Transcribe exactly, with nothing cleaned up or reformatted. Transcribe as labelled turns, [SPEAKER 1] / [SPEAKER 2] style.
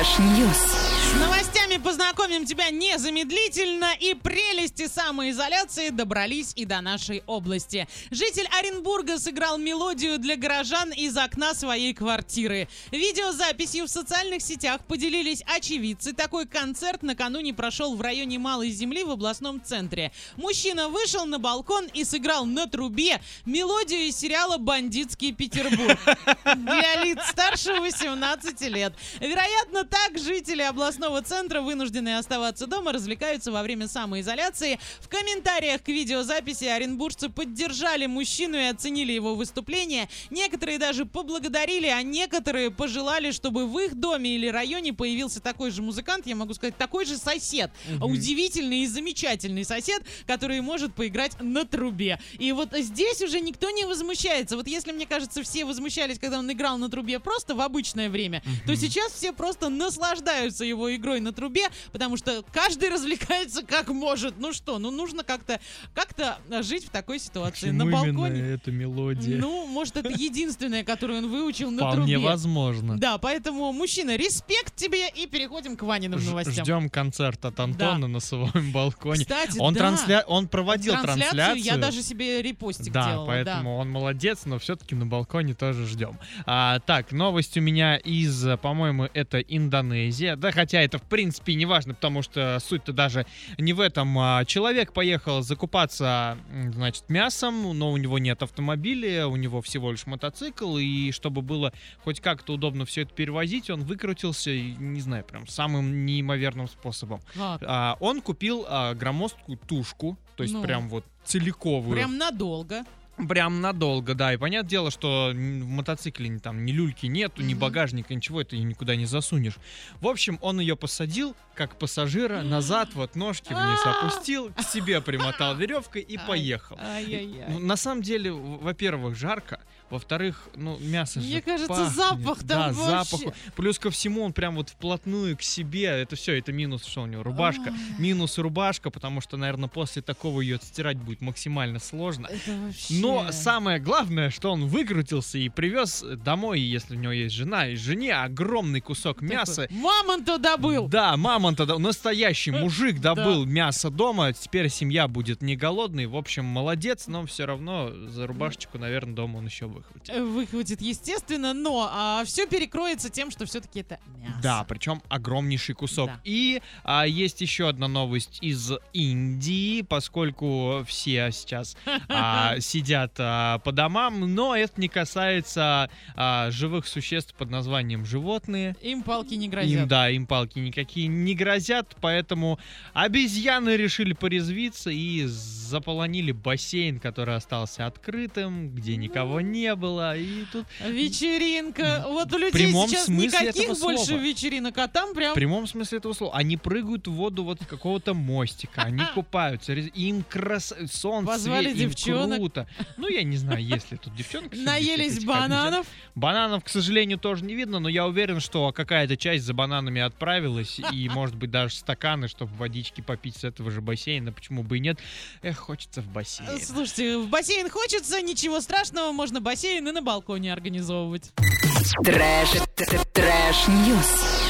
[SPEAKER 1] Трэш-ньюс.
[SPEAKER 2] С новостями познакомим тебя незамедлительно, и прелести самоизоляции добрались и до нашей области. Житель Оренбурга сыграл мелодию для горожан из окна своей квартиры. Видеозаписью в социальных сетях поделились очевидцы. Такой концерт накануне прошел в районе Малой Земли в областном центре. Мужчина вышел на балкон и сыграл на трубе мелодию из сериала «Бандитский Петербург» для лиц старше восемнадцати лет. Вероятно, так жители областного центра, вынужденные оставаться дома, развлекаются во время самоизоляции. В комментариях к видеозаписи оренбуржцы поддержали мужчину и оценили его выступление. Некоторые даже поблагодарили, а некоторые пожелали, чтобы в их доме или районе появился такой же музыкант, я могу сказать, такой же сосед. Mm-hmm. Удивительный и замечательный сосед, который может поиграть на трубе. И вот здесь уже никто не возмущается. Вот если, мне кажется, все возмущались, когда он играл на трубе просто в обычное время, mm-hmm. то сейчас все просто наслаждаются его игрой на трубе, потому что каждый развлекается как может. Ну что, ну нужно как-то как-то жить в такой ситуации.
[SPEAKER 3] Почему
[SPEAKER 2] на балконе.
[SPEAKER 3] Именно эта мелодия?
[SPEAKER 2] Ну, может, это единственная, которую он выучил на трубе.
[SPEAKER 3] Вполне возможно.
[SPEAKER 2] Да, поэтому, мужчина, респект тебе, и переходим к Ваниным новостям.
[SPEAKER 3] Ждем концерт от Антона да. на своем балконе.
[SPEAKER 2] Кстати,
[SPEAKER 3] он,
[SPEAKER 2] да.
[SPEAKER 3] трансля... он проводил
[SPEAKER 2] трансляцию.
[SPEAKER 3] трансляцию.
[SPEAKER 2] Я даже себе репостик
[SPEAKER 3] да,
[SPEAKER 2] делала.
[SPEAKER 3] Поэтому
[SPEAKER 2] да,
[SPEAKER 3] он молодец, но все-таки на балконе тоже ждем. А, так, новость у меня из, по-моему, это Индонезия. Да, хотя это, в принципе, не важно, потому что суть-то даже не в этом. Человек поехал закупаться, значит, мясом, но у него нет автомобиля, у него всего лишь мотоцикл, и чтобы было хоть как-то удобно все это перевозить, он выкрутился, не знаю, прям самым неимоверным способом. А, он купил а, громоздкую тушку, то есть ну, прям вот целиковую.
[SPEAKER 2] Прям надолго.
[SPEAKER 3] Прям надолго, да. И понятное дело, что в мотоцикле ни, там ни люльки нету, mm-hmm. ни багажника, ничего, это никуда не засунешь. В общем, он ее посадил, как пассажира, назад, вот ножки вниз опустил, к себе примотал веревкой и поехал. Ну, на самом деле, во-первых, жарко. Во-вторых, ну, мясо же
[SPEAKER 2] Мне кажется,
[SPEAKER 3] пахнет.
[SPEAKER 2] запах там
[SPEAKER 3] да,
[SPEAKER 2] вообще.
[SPEAKER 3] запах. Плюс ко всему, он прям вот вплотную к себе. Это все, это минус, что у него рубашка. Минус рубашка, потому что, наверное, после такого ее отстирать будет максимально сложно.
[SPEAKER 2] Это вообще...
[SPEAKER 3] Но самое главное, что он выкрутился и привез домой, если у него есть жена, и жене огромный кусок Такой мяса.
[SPEAKER 2] Мамонта добыл!
[SPEAKER 3] Да, мамонта, настоящий мужик добыл мясо дома. Теперь семья будет не голодной. В общем, молодец, но все равно за рубашечку, наверное, дома он еще выхватит.
[SPEAKER 2] Выхватит, естественно, но а, все перекроется тем, что все-таки это мясо.
[SPEAKER 3] Да, причем огромнейший кусок.
[SPEAKER 2] Да.
[SPEAKER 3] И а, есть еще одна новость из Индии, поскольку все сейчас а, сидят а, по домам, но это не касается а, живых существ под названием животные.
[SPEAKER 2] Им палки не грозят.
[SPEAKER 3] Им, да, им палки никакие не грозят, поэтому обезьяны решили порезвиться и заполонили бассейн, который остался открытым, где никого не было, и тут...
[SPEAKER 2] Вечеринка. Вот у людей сейчас никаких больше
[SPEAKER 3] слова.
[SPEAKER 2] вечеринок, а там прям...
[SPEAKER 3] В прямом смысле этого слова. Они прыгают в воду вот какого-то мостика, они купаются, им крас... солнце,
[SPEAKER 2] Позвали
[SPEAKER 3] им
[SPEAKER 2] девчонок.
[SPEAKER 3] круто. Ну, я не знаю, есть ли тут девчонки.
[SPEAKER 2] Наелись бананов.
[SPEAKER 3] Бананов, к сожалению, тоже не видно, но я уверен, что какая-то часть за бананами отправилась, и, может быть, даже стаканы, чтобы водички попить с этого же бассейна, почему бы и нет. Эх, хочется в бассейн.
[SPEAKER 2] Слушайте, в бассейн хочется, ничего страшного, можно бассейн и на балконе организовывать.
[SPEAKER 1] Трэш, трэш, ньюс.